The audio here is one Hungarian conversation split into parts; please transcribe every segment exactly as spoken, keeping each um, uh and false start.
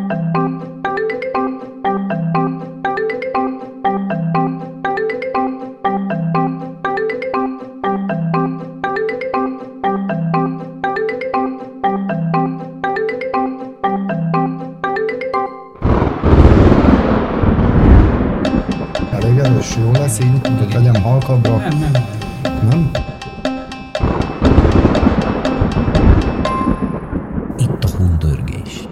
És jó lesz így, hogy legyen halkabbra? Nem, nem. Nem? Itt a hundörgés.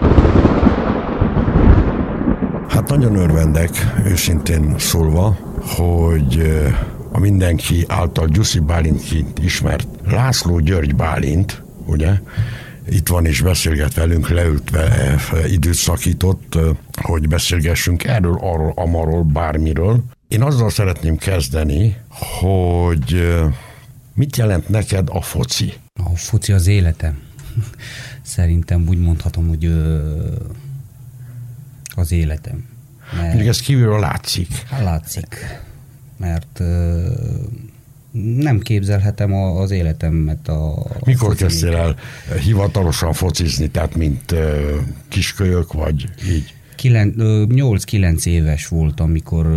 Hát nagyon örvendek, őszintén szólva, hogy a mindenki által Gyuszi Bálintként ismert László György Bálint, ugye, itt van és beszélget velünk, leültve időt szakított, hogy beszélgessünk erről, arról, amarról, bármiről. Én azzal szeretném kezdeni, hogy mit jelent neked a foci? A foci az életem. Szerintem úgy mondhatom, hogy az életem. Mert... Még ez kívülről látszik. Látszik, mert nem képzelhetem az életemet a... Mikor kezdtél el hivatalosan focizni, tehát mint kiskölyök, vagy így? nyolc-kilenc éves voltam, amikor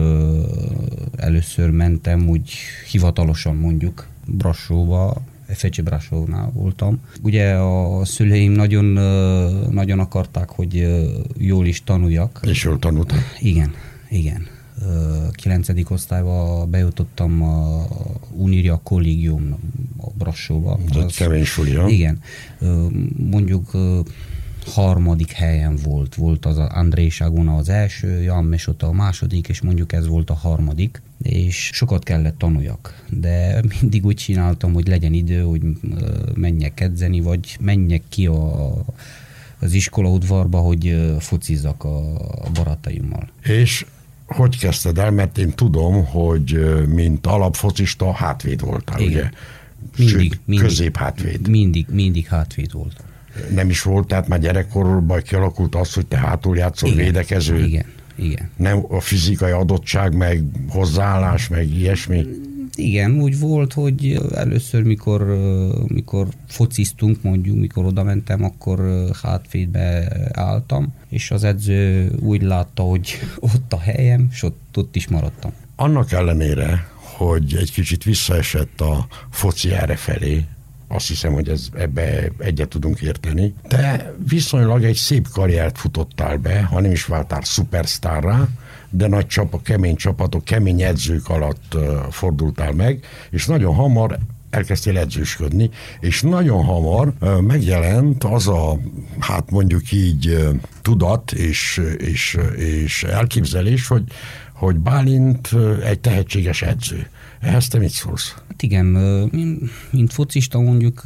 először mentem, úgy hivatalosan mondjuk Brassóba, ef cé Brassónál voltam. Ugye a szüleim nagyon, nagyon akarták, hogy jól is tanuljak. És jól tanultam? Igen, igen. kilencedik osztályba bejutottam a Uniria Kollégium a Brassóba. Ez egy kemény suli, igen. Mondjuk harmadik helyen volt. Volt az Andrei Saguna az első, Jan Mesota a második, és mondjuk ez volt a harmadik, és sokat kellett tanuljak. De mindig úgy csináltam, hogy legyen idő, hogy menjek edzeni, vagy menjek ki a, az iskola udvarba, hogy focizzak a barátaimmal. És hogy kezdted el? Mert én tudom, hogy mint alapfocista hátvéd voltál, igen. Ugye? Mindig, Sőt, mindig, középhátvéd. Mindig, mindig hátvéd voltam. Nem is volt, tehát már gyerekkorban kialakult az, hogy te hátul játszol, igen, védekező? Igen, igen. Nem a fizikai adottság, meg hozzáállás, meg ilyesmi? Igen, úgy volt, hogy először, mikor, mikor fociztunk, mondjuk, mikor oda mentem, akkor hátvédbe álltam, és az edző úgy látta, hogy ott a helyem, és ott, ott is maradtam. Annak ellenére, hogy egy kicsit visszaesett a foci errefelé, azt hiszem, hogy ez, ebbe egyet tudunk érteni. Te viszonylag egy szép karriert futottál be, ha nem is váltál szupersztárrá, de nagy csapat, kemény csapatok, kemény edzők alatt uh, fordultál meg, és nagyon hamar elkezdtél edzősködni, és nagyon hamar uh, megjelent az a, hát mondjuk így uh, tudat és, és, és elképzelés, hogy, hogy Bálint uh, egy tehetséges edző. Ehhez te mit szólsz? Hát igen, mint focista mondjuk,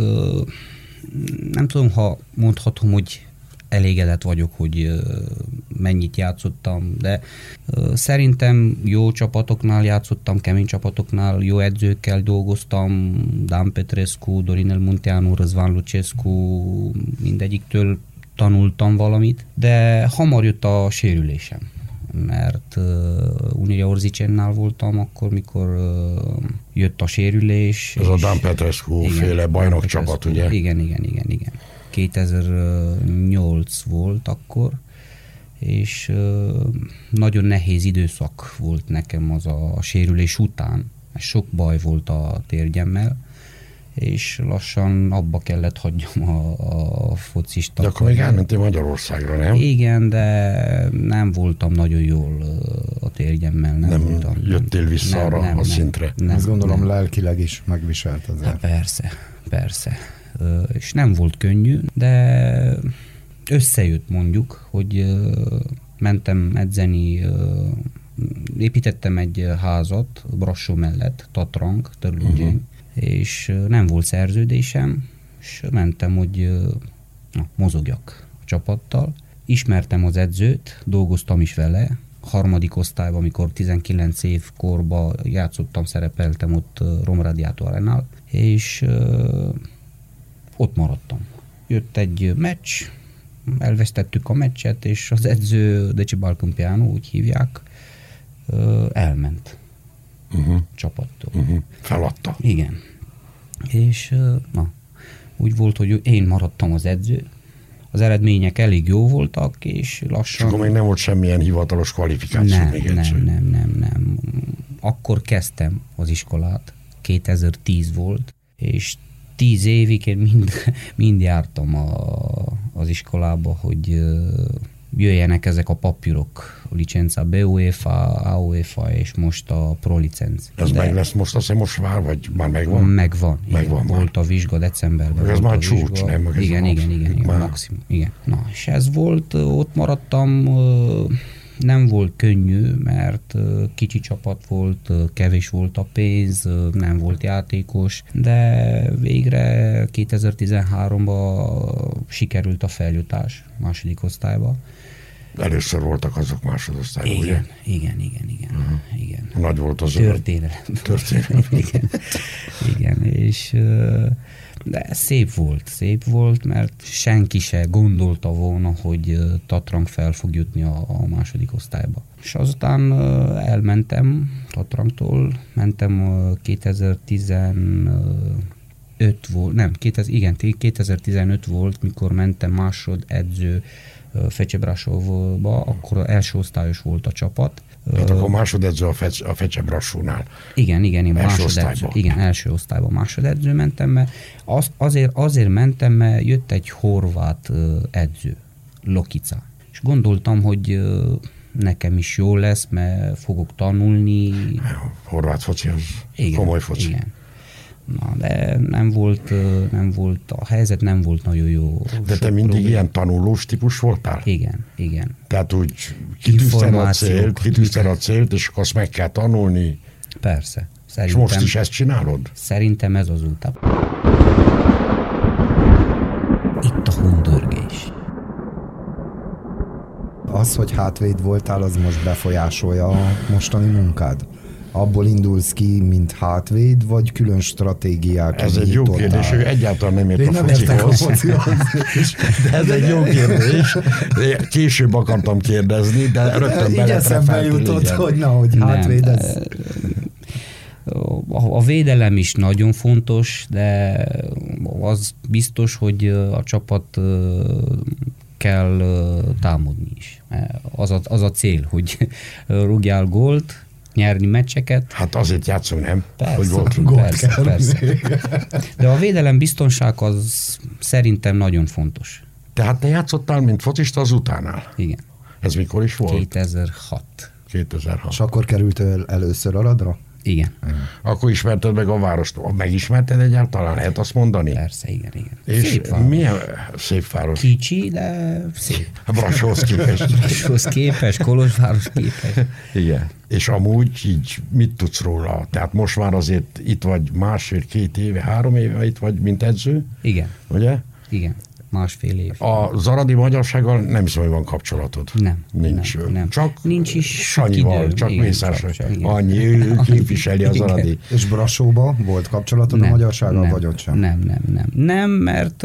nem tudom, ha mondhatom, hogy elégedett vagyok, hogy mennyit játszottam, de szerintem jó csapatoknál játszottam, kemény csapatoknál, jó edzőkkel dolgoztam, Dan Petrescu, Dorinel Munteanu, Răzvan Lucescu, mindegyiktől tanultam valamit, de hamar jött a sérülésem, mert uh, Unirea Orzicennál voltam akkor, mikor uh, jött a sérülés. Ez a Dan Petrescu féle bajnok csapat, ugye? Igen, igen, igen, igen. kétezer-nyolc volt akkor, és uh, nagyon nehéz időszak volt nekem az a sérülés után. Sok baj volt a térgyemmel, és lassan abba kellett hagyjam a, a focista. De akkor még elmentél Magyarországra, nem? Igen, de nem voltam nagyon jól a térgyemmel. Nem, nem voltam, jöttél nem, vissza nem, arra nem, a szintre? Nem, Azt gondolom nem. Lelkileg is megviselt azért. Hát persze, persze. És nem volt könnyű, de összejött mondjuk, hogy mentem edzeni, építettem egy házat Brassó mellett, Tatrang, Törlőgyén, uh-huh. és nem volt szerződésem, és mentem, hogy na, mozogjak a csapattal. Ismertem az edzőt, dolgoztam is vele, harmadik osztályban, amikor tizenkilenc év korban játszottam, szerepeltem ott Romradiátó Arenál, és uh, ott maradtam. Jött egy meccs, elvesztettük a meccset, és az edző, Decibal Câmpianu, úgy hívják, uh, elment uh-huh. csapattól. Uh-huh. Feladta. Igen. És uh, na, úgy volt, hogy én maradtam az edző, az eredmények elég jó voltak, és lassan... És akkor még nem volt semmilyen hivatalos kvalifikáció nem, még nem, edző. nem, nem, nem. Akkor kezdtem az iskolát, kétezer-tíz volt, és tíz évig én mind, mind jártam a, az iskolába, hogy jöjjenek ezek a papírok, a licenca B U E F A, A U E F A és most a Pro licenc. Ez De meg lesz most, azt hiszem most vár, vagy már megvan? Megvan. Megvan Igen, volt a vizsga decemberben. Ez volt már a csúcs, vizsga. nem? Meg ez Igen, a igen, igen, igen, már. maximum. Igen. Na, és ez volt, ott maradtam, nem volt könnyű, mert kicsi csapat volt, kevés volt a pénz, nem volt játékos, de végre kétezer-tizenháromban sikerült a feljutás második osztályba. Először voltak azok másodosztályban, ugye? Igen, igen, igen, igen, uh-huh. igen. Nagy volt az Történelem. Történelem. igen, igen, és de szép volt, szép volt, mert senki se gondolta volna, hogy Tatrang fel fog jutni a, a második osztályba. És azután elmentem Tatrangtól, mentem kétezer-tizenöt volt, nem, kétezer, igen, kétezer-tizenöt volt, mikor mentem másod edző Fecsebrasovba, akkor első osztályos volt a csapat. Tehát akkor másodedző a, Fec, a Fecsebrasónál. Igen, igen, én első másodedző, igen, első osztályban másodedző mentem, mert az, azért, azért mentem, mert jött egy horvát edző, Lokica. És gondoltam, hogy nekem is jó lesz, mert fogok tanulni. A horvát foci az igen, komoly foci. Igen. Na, de nem volt, nem volt, a helyzet nem volt nagyon jó. De te mindig probléma. Ilyen tanulós típus voltál? Igen, igen. Tehát úgy kitűzted a célt, kitűzted a célt, és akkor azt meg kell tanulni. Persze. És most is ezt csinálod? Szerintem ez az út. Itt a hundörgés. Az, hogy hátvéd voltál, az most befolyásolja a mostani munkád? Abból indulsz ki, mint hátvéd, vagy külön stratégiák? Ez egy jó kérdés, ő egyáltalán nem ért Én a nem focihoz. A focihoz. De ez egy jó kérdés. Később akartam kérdezni, de rögtön így eszembe jutott, hogy na, hogy hátvéd ez. A védelem is nagyon fontos, de az biztos, hogy a csapat kell támadni is. Az a, az a cél, hogy rúgjál gólt, nyerni meccseket. Hát azért játszom, nem? Persze, hogy volt persze, persze. De a védelem biztonság az szerintem nagyon fontos. Tehát te játszottál, mint focista az utánál? Igen. Ez mikor is volt? kétezer-hat. kétezer-hat. És akkor kerültél először Aradra? Igen. Akkor ismerted meg a várost. Megismerted egyáltalán? Lehet azt mondani? Persze, igen, igen. És szép város. Milyen szép város? Kicsi, de szép. Brassóhoz képest. Brassóhoz képest, Kolozsváros képest. Igen. És amúgy így mit tudsz róla? Tehát most már azért itt vagy másfél-két éve, három éve itt vagy, mint edző? Igen. Ugye? Igen. Másfél év. A zaradi magyarsággal nem hiszem, hogy van kapcsolatod. Nem. Nincs. Nem, nem. Csak nincs is Sanyival, idő. csak Igen, Mészás. csak, csak, igen. Annyi, ő képviseli a zaradi. És Brassóba volt kapcsolatod nem, a magyarsággal, nem, vagy ott sem? Nem, nem, nem. Nem, mert uh,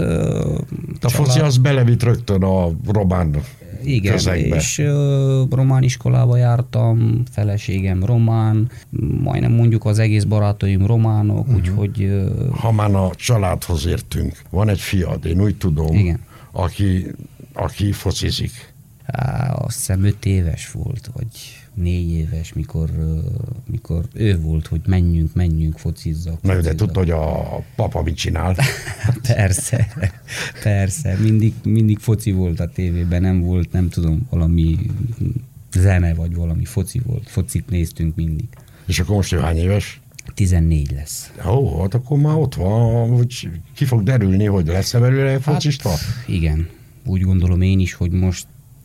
a foci az belevitt rögtön a román igen, közegbe. És uh, román iskolába jártam, feleségem román, majdnem mondjuk az egész barátaim románok, uh-huh. úgyhogy... Uh, ha már a családhoz értünk, van egy fiad, én úgy tudom, igen. Aki, aki focizik. Á, azt hiszem öt éves volt, vagy négy éves, mikor, mikor ő volt, hogy menjünk, menjünk, focizzak. Na jó, de tudta, hogy a papa mit csinál? Persze, persze. Mindig, mindig foci volt a tévében, nem volt, nem tudom, valami zene, vagy valami foci volt. Focit néztünk mindig. És akkor most ő hány éves? tizennégy lesz. Ó, hát akkor már ott van, hogy ki fog derülni, hogy lesz-e belőle focista? Hát, igen. Úgy gondolom én is, hogy most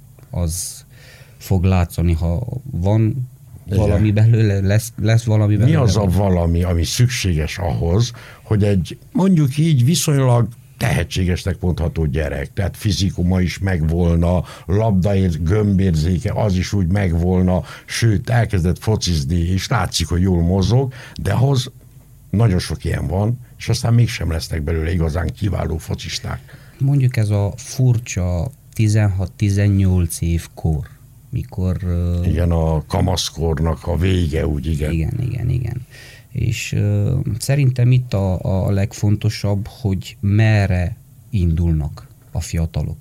az fog látszani, ha van igen. valami belőle, lesz, lesz valami belőle. Mi az a valami, ami szükséges ahhoz, hogy egy mondjuk így viszonylag tehetségesnek mondható gyerek, tehát fizikuma is megvolna, labdaért, gömbérzéke, az is úgy megvolna, sőt, elkezdett focizni, és látszik, hogy jól mozog, de ahhoz nagyon sok ilyen van, és aztán mégsem lesznek belőle igazán kiváló focisták. Mondjuk ez a furcsa tizenhat-tizennyolc év kor, mikor... Igen, a kamaszkornak a vége, úgy igen. Igen, igen, igen. És uh, szerintem itt a, a legfontosabb, hogy merre indulnak a fiatalok.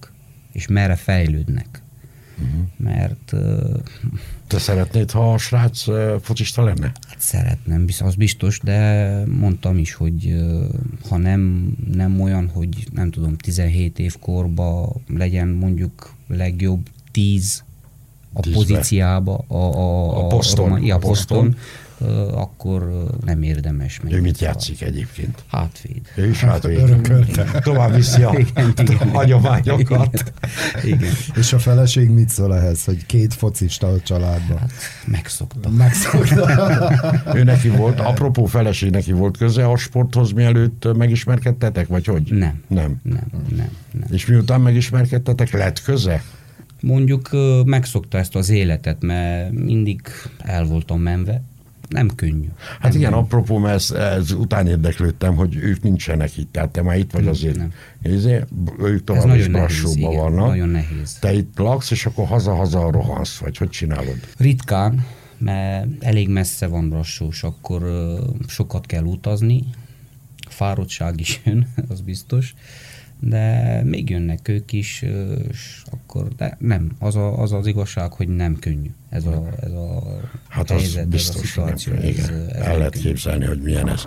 és merre fejlődnek. Uh-huh. Mert... Te szeretnéd, ha a srác focista lenne? Hát szeretném, az biztos, de mondtam is, hogy ha nem, nem olyan, hogy nem tudom, tizenhét év korban legyen mondjuk legjobb tíz a Tízbe. pozíciába, a, a, a poszton, a, a, a poszton, a akkor nem érdemes. Ő mit játszik egyébként? Hátvéd. Ő is hátvéd. Örökölte. Tovább viszi a, igen, a igen, hagyományokat. Igen. Igen. És a feleség mit szól ehhez, hogy két focista a családban? Hát, megszokta. Megszokta. Ő neki volt, apropó feleség, neki volt köze a sporthoz, mielőtt megismerkedtetek, vagy hogy? Nem. Nem. Nem, nem, nem. És miután megismerkedtetek, lett köze? Mondjuk megszokta ezt az életet, mert mindig el voltam menve. Nem könnyű. Hát nem igen, nem. apropó, mert ez, ez után érdeklődtem, hogy ők nincsenek itt, tehát te már itt vagy azért. Nem. Nézzé, ők tovább is Brassóban vannak. Nagyon nehéz. Te itt laksz, és akkor haza-haza rohansz, vagy hogy csinálod? Ritkán, mert elég messze van Brassó, és akkor uh, sokat kell utazni, fáradtság is jön, az biztos, de még jönnek ők is, és akkor, de nem, az, a, az az igazság, hogy nem könnyű ez a, ez a hát helyzet, az biztos, ez a szituáció. Nem, igen. Ez, ez El lehet könnyű. Képzelni, hogy milyen ez.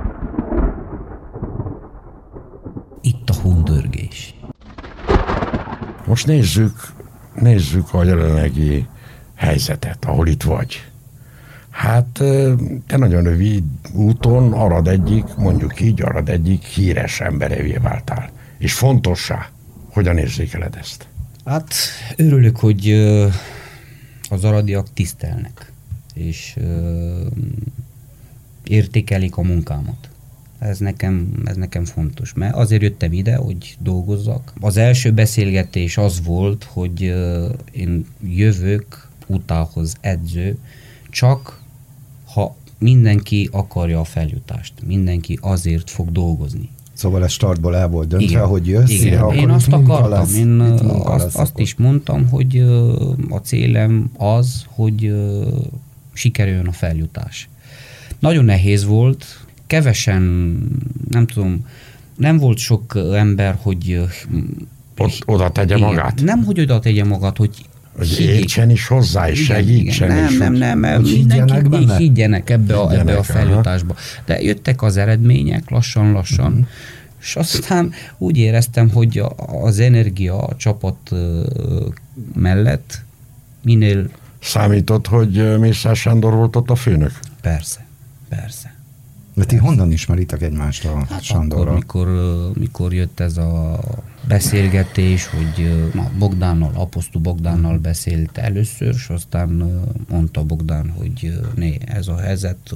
Itt a hundörgés. Most nézzük, nézzük a jelenlegi helyzetet, ahol itt vagy. Hát te nagyon rövid úton Arad egyik, mondjuk így, Arad egyik híres emberevé váltál. És fontossá, hogyan érzékeled ezt? Hát örülök, hogy az aradiak tisztelnek, és értékelik a munkámat. Ez nekem, ez nekem fontos, mert azért jöttem ide, hogy dolgozzak. Az első beszélgetés az volt, hogy én jövök utához edző, csak ha mindenki akarja a feljutást, mindenki azért fog dolgozni. Szóval ez startból el volt döntve, igen, hogy jössz, igen. akkor én azt akartam, lesz, én azt, azt is mondtam, hogy a célem az, hogy sikerüljön a feljutás. Nagyon nehéz volt, kevesen, nem tudom, nem volt sok ember, hogy... Ott, oda tegye igen, magát? Nem, hogy oda tegye magát, hogy hogy értsen is hozzá, és segítsen nem, is. Nem, nem, nem, mindenki benne? higgyenek ebbe a, ebbe a feljutásba. De jöttek az eredmények lassan-lassan, uh-huh. és aztán úgy éreztem, hogy az energia a csapat mellett minél... Számított, hogy Mészár Sándor volt ott a főnök? Persze, persze. De ti honnan ismeritek egymást a hát Sándorral? Akkor, mikor, mikor jött ez a beszélgetés, hogy na, Bogdánnal, Aposztó Bogdánnal beszélt először, és aztán mondta Bogdán, hogy né, ez a helyzet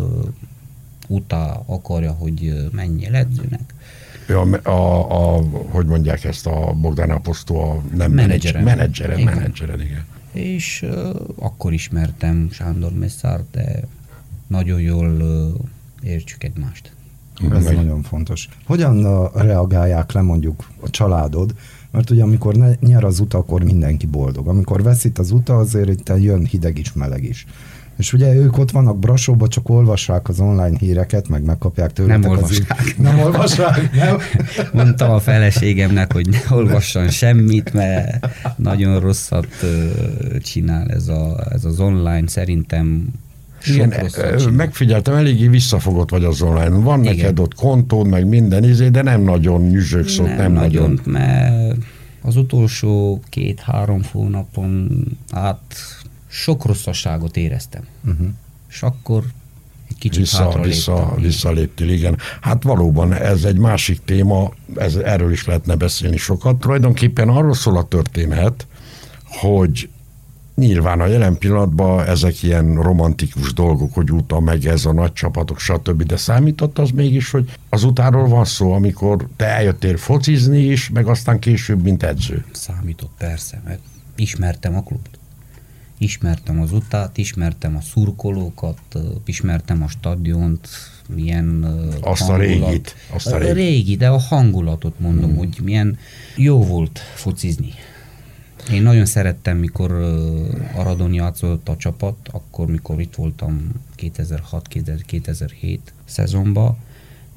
utá akarja, hogy menjél edzőnek. Ja, a, a, a, hogy mondják ezt a Bogdán Aposztó, a nem menedzsere, menedzsere, igen. menedzsere, igen. És uh, akkor ismertem Sándor Mészárt, de nagyon jól uh, értsük egymást. Ez Meg. nagyon fontos. Hogyan uh, reagálják le mondjuk a családod? Mert ugye amikor ne, nyer az uta, akkor mindenki boldog. Amikor veszít az uta, azért itt jön hideg is, meleg is. És ugye ők ott vannak Brassóban, csak olvassák az online híreket, meg megkapják tőletek. Nem olvassák. Az nem olvassák, nem? Mondtam a feleségemnek, hogy ne olvasson semmit, mert nagyon rosszat csinál ez, a, ez az online, szerintem. Igen, megfigyeltem, eléggé visszafogott vagy az online. Van igen. neked ott kontód, meg minden izé, de nem nagyon nyüzsögsz ott, nem, nem nagyon. nagyon. Mert az utolsó két-három hónapon át sok rosszasságot éreztem. Uh-huh. És akkor egy kicsit vissza, hátra vissza, léptem. Visszaléptél, igen. Hát valóban ez egy másik téma, ez, erről is lehetne beszélni sokat. Tulajdonképpen arról szól a történet, hogy nyilván a jelen pillanatban ezek ilyen romantikus dolgok, hogy uta meg ez a nagy csapatok, stb. De számított az mégis, hogy az utáról van szó, amikor te eljöttél focizni is, meg aztán később, mint edző. Számított, persze, mert ismertem a klubot. Ismertem az utát, ismertem a szurkolókat, ismertem a stadiont, milyen azt hangulat. A régit. Azt a régi. régi, de a hangulatot mondom, hmm. hogy milyen jó volt focizni. Én nagyon szerettem, mikor Aradon játszott a csapat, akkor, mikor itt voltam kétezer-hat kétezer-hét szezonban,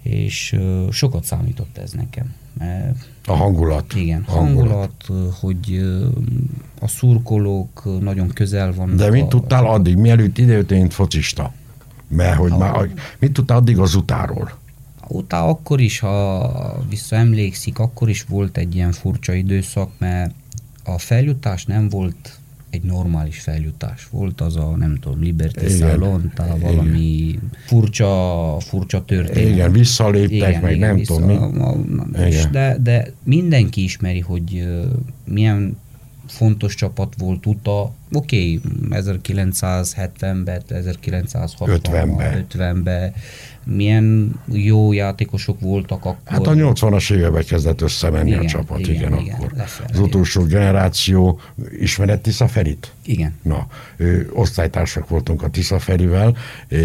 és sokat számított ez nekem. A hangulat. Igen, hangulat, hangulat, hogy a szurkolók nagyon közel vannak. De mit tudtál addig, mielőtt idejöttél, mint focista? Mert hogy már, mit tudtál addig az utáról? Utá akkor is, ha visszaemlékszik, akkor is volt egy ilyen furcsa időszak, mert a feljutás nem volt egy normális feljutás. Volt az a, nem tudom, Liberty Salonta, valami igen. furcsa, furcsa történet. Igen, visszaléptek, igen, meg igen, nem vissza, tudom mi. De, de mindenki ismeri, hogy uh, milyen fontos csapat volt Uta. Oké, okay, ezerkilencszázhetvenben, ezerkilencszázhatvanban, ötvenben milyen jó játékosok voltak akkor. Hát a nyolcvanas években kezdett összemenni igen, a csapat, igen, igen, igen akkor. Lefelé. Az utolsó generáció ismeret Tisza Ferit? Igen. Na, ő, osztálytársak voltunk a Tisza Ferivel,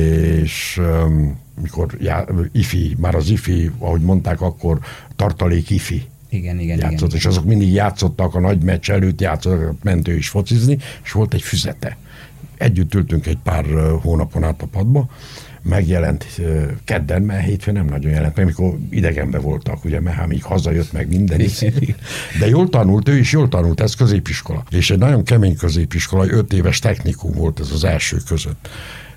és um, mikor já, ifi, már az ifi, ahogy mondták, akkor tartalék ifi. Igen, igen, játszott, igen. És azok mindig játszottak, a nagy meccs előtt játszottak, ment ő is focizni, és volt egy füzete. Együtt ültünk egy pár hónapon át a padba, megjelent kedden, mert hétfőn nem nagyon jelent meg, mikor idegenben voltak, ugye, mert hát még hazajött meg minden is. De jól tanult, ő is jól tanult, ez középiskola. És egy nagyon kemény középiskola, öt éves technikum volt ez az első között.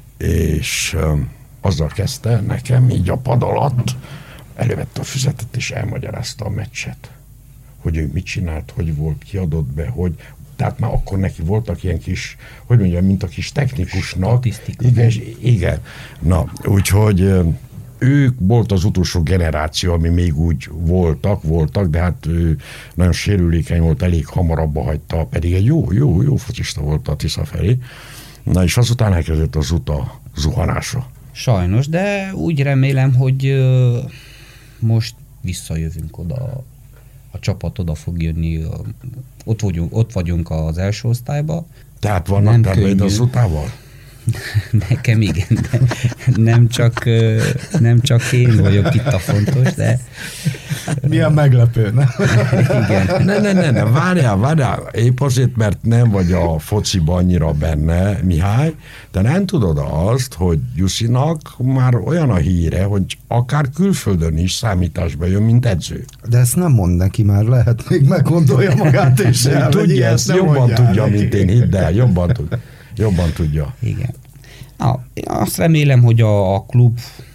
És um, azzal kezdte nekem, így a pad alatt, elővette a füzetet, és elmagyarázta a meccset. Hogy ő mit csinált, hogy volt, kiadott be, hogy... Tehát már akkor neki voltak ilyen kis, hogy mondjam, mint a kis technikusnak. Igen, igen. Na, úgyhogy ők volt az utolsó generáció, ami még úgy voltak, voltak, de hát ő nagyon sérülékeny volt, elég hamar abba hagyta, pedig egy jó, jó, jó focista volt a Tisza Feri. Na, és azután elkezdett az Uta zuhanása. Sajnos, de úgy remélem, hogy most visszajövünk oda, a csapat oda fog jönni, ott vagyunk, ott vagyunk az első osztályba. Tehát vannak terveid az Utával? Nekem igen, de nem csak, nem csak én vagyok itt a fontos, de... Milyen meglepő, nem? Igen. Ne, ne, ne, ne, várjál, várjál, épp azért, mert nem vagy a fociba annyira benne, Mihály, de nem tudod azt, hogy Gyuszinak már olyan a híre, hogy akár külföldön is számításba jön, mint edző. De ezt nem mond neki, már lehet, még meggondolja magát, és el, tudja, ezt jobban tudja, neki. Mint én, hidd el, jobban tudja. Jobban tudja. Igen. Na, azt remélem, hogy a, a klub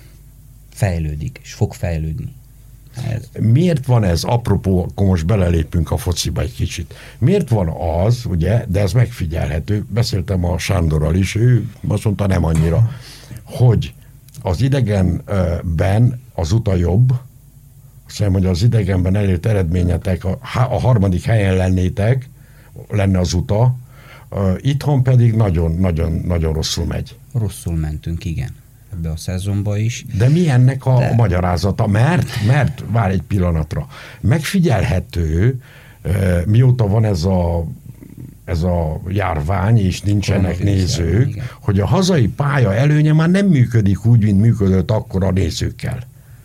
fejlődik, és fog fejlődni. Ez. Miért van ez, apropó, akkor most belelépünk a fociba egy kicsit. Miért van az, ugye, de ez megfigyelhető, beszéltem a Sándorral is, ő azt mondta nem annyira, hogy az idegenben az Uta jobb, azt hiszem, hogy az idegenben elért eredményetek, a, a harmadik helyen lennétek, lenne az Uta, Uh, itthon pedig nagyon-nagyon rosszul megy. Rosszul mentünk, igen. Ebbe a szezonba is. De mi ennek a De... magyarázata? Mert, mert, várj egy pillanatra, megfigyelhető, uh, mióta van ez a, ez a járvány, és nincsenek nézők, igen. Hogy a hazai pálya előnye már nem működik úgy, mint működött akkor a nézőkkel.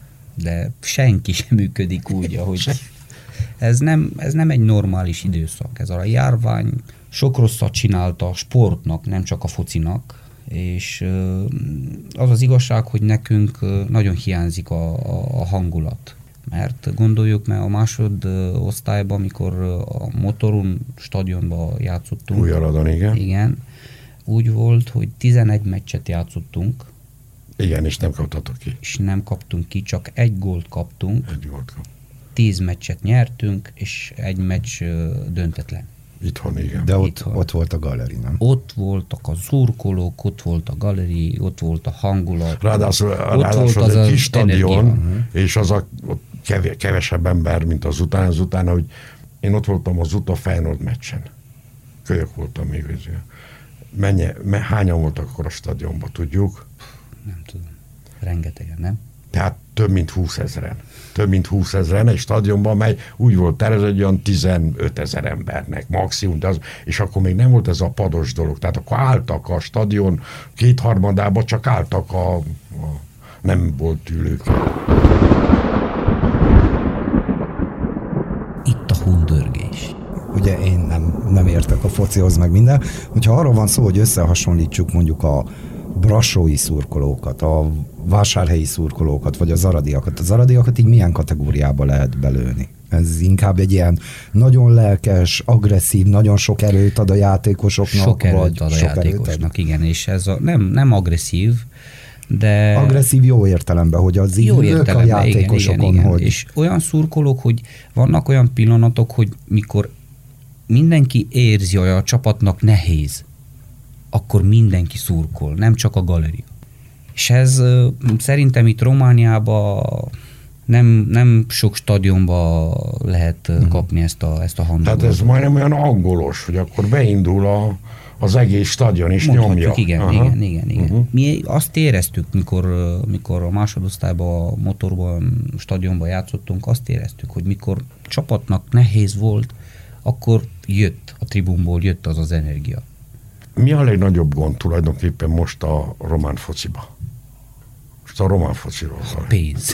De senki sem működik úgy, ahogy... Ez nem, ez nem egy normális időszak. Ez a járvány sok rosszat csinálta a sportnak, nem csak a focinak, és az az igazság, hogy nekünk nagyon hiányzik a, a hangulat. Mert gondoljuk, mert a másodosztályban, amikor a Motorun stadionban játszottunk. Újjaradon, igen. Igen. Úgy volt, hogy tizenegy meccset játszottunk. Igen, és nem kaptatok ki. És nem kaptunk ki, csak egy gólt kaptunk. Egy gólt kaptunk. Tíz meccset nyertünk, és egy meccs döntetlen. Itthon, igen. De ott, ott volt a galeri, nem? Ott voltak a szurkolók, ott volt a galeri, ott volt a hangulat. Ráadásul, ráadásul az, az egy kis stadion, uh-huh. És az a kevesebb ember, mint az után, az után, hogy én ott voltam az Uta Feyenoord meccsen. Kölyök voltam még közül. Mennyi, hányan voltak akkor a stadionban, tudjuk? Nem tudom. Rengetegen, nem? Tehát több mint húszezren. Több mint húszezren egy stadionban, mely úgy volt tervezve, egy olyan tizenötezer embernek maximum, de az, és akkor még nem volt ez a pados dolog. Tehát akkor álltak a stadion kétharmadában, csak álltak a, a nem volt ülők. Itt a hundörgés. Ugye én nem, nem értek a focihoz meg minden. Hogyha arról van szó, hogy összehasonlítsuk mondjuk a brassói szurkolókat, a vásárhelyi szurkolókat, vagy az aradiakat. Az aradiakat így milyen kategóriába lehet belőni? Ez inkább egy ilyen nagyon lelkes, agresszív, nagyon sok erőt ad a játékosoknak. Sok erőt vagy ad a sok játékosnak, erőt ad. igen, és ez a, nem, nem agresszív, de... Agresszív jó értelemben, hogy az jó így a játékosokon, igen, igen, igen. hogy... És olyan szurkolók, hogy vannak olyan pillanatok, hogy mikor mindenki érzi, hogy a csapatnak nehéz, akkor mindenki szurkol, nem csak a galéria. És ez szerintem itt Romániában nem, nem sok stadionban lehet uh-huh. kapni ezt a, ezt a hangulatot. Tehát ez majdnem olyan angolos, hogy akkor beindul a, az egész stadion is nyomja. Igen, Aha. igen, igen, igen. Uh-huh. Mi azt éreztük, mikor, mikor a másodosztályban, a motorban, stadionban játszottunk, azt éreztük, hogy mikor csapatnak nehéz volt, akkor jött a tribunból, jött az az energia. Mi a legnagyobb gond tulajdonképpen most a román fociba? Most a román fociról van. Pénz.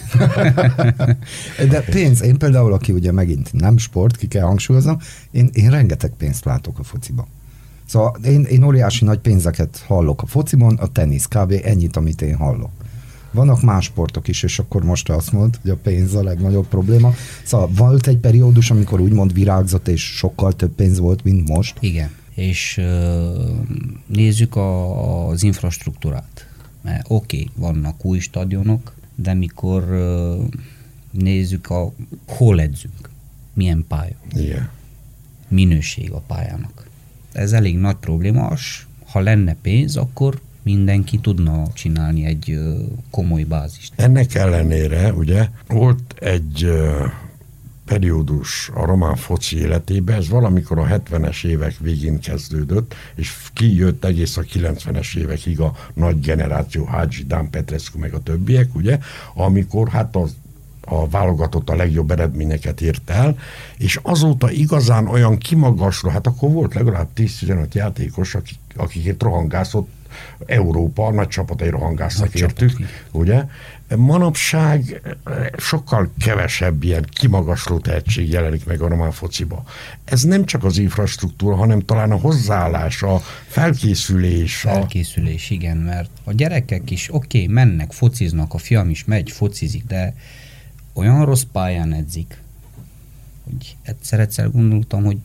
De pénz, én például, aki ugye megint nem sport, ki kell hangsúlyoznom, én, én rengeteg pénzt látok a fociba. Szóval én, én óriási nagy pénzeket hallok a fociban, a tenisz, kb. Ennyit, amit én hallok. Vannak más sportok is, és akkor most azt mondod, hogy a pénz a legnagyobb probléma. Szóval volt egy periódus, amikor úgymond virágzott, és sokkal több pénz volt, mint most. Igen, és uh, nézzük a, az infrastruktúrát. Mert oké, okay, vannak új stadionok, de mikor uh, nézzük, a, hol edzünk, milyen pálya, Igen. minőség a pályának. Ez elég nagy probléma, ha lenne pénz, akkor mindenki tudna csinálni egy uh, komoly bázist. Ennek ellenére, ugye, volt egy uh, periódus a román foci életében, ez valamikor a hetvenes évek végén kezdődött, és kijött egész a kilencvenes évekig a nagy generáció, Hagi, Dan Petrescu, meg a többiek, ugye, amikor hát az a válogatott a legjobb eredményeket ért el, és azóta igazán olyan kimagasló, hát akkor volt legalább tíz-tizenöt játékos, akik, akikért rohangászott Európa, nagy csapatai rohangásznak értük, csapat, ugye? Manapság sokkal kevesebb ilyen kimagasló tehetség jelenik meg a román fociba. Ez nem csak az infrastruktúra, hanem talán a hozzáállás, a felkészülés. Felkészülés, a... igen, mert a gyerekek is oké, okay, mennek, fociznak, a fiam is megy, focizik, de olyan rossz pályán edzik, hogy egyszer-egyszer gondoltam, hogy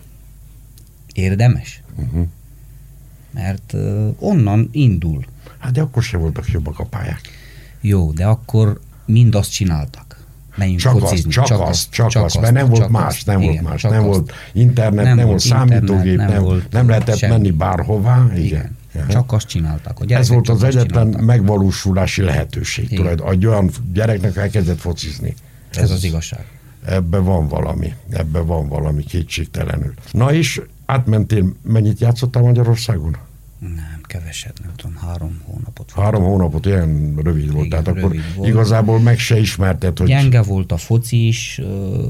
érdemes. Uh-huh. Mert uh, onnan indul. Hát de akkor se voltak jobbak a pályák. Jó, de akkor mind azt csináltak. Menjünk csak focizni. Az, csak, csak az, csak, csak az, mert nem volt más, azt, nem igen, volt más. Nem azt. Volt internet, nem, nem volt számítógép, nem, nem, volt nem lehetett semmi. Menni bárhová. Igen. igen. Ja. Csak azt csináltak. A Ez volt az egyetlen megvalósulási lehetőség. Tulajdon, egy olyan gyereknek elkezdett focizni. Ez, Ez az igazság. Ebben van valami. Ebben van valami kétségtelenül. Na és átmentél, mennyit játszottál Magyarországon? Nem, keveset, nem tudom, három hónapot. Három hónapot, ilyen rövid volt. Igen, tehát rövid akkor volt. Igazából meg se ismerted, hogy... Gyenge volt a foci is,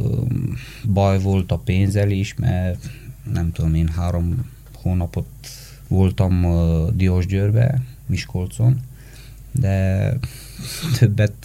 baj volt a pénzzel is, mert nem tudom, én három hónapot voltam Diósgyőrbe, Miskolcon, de többet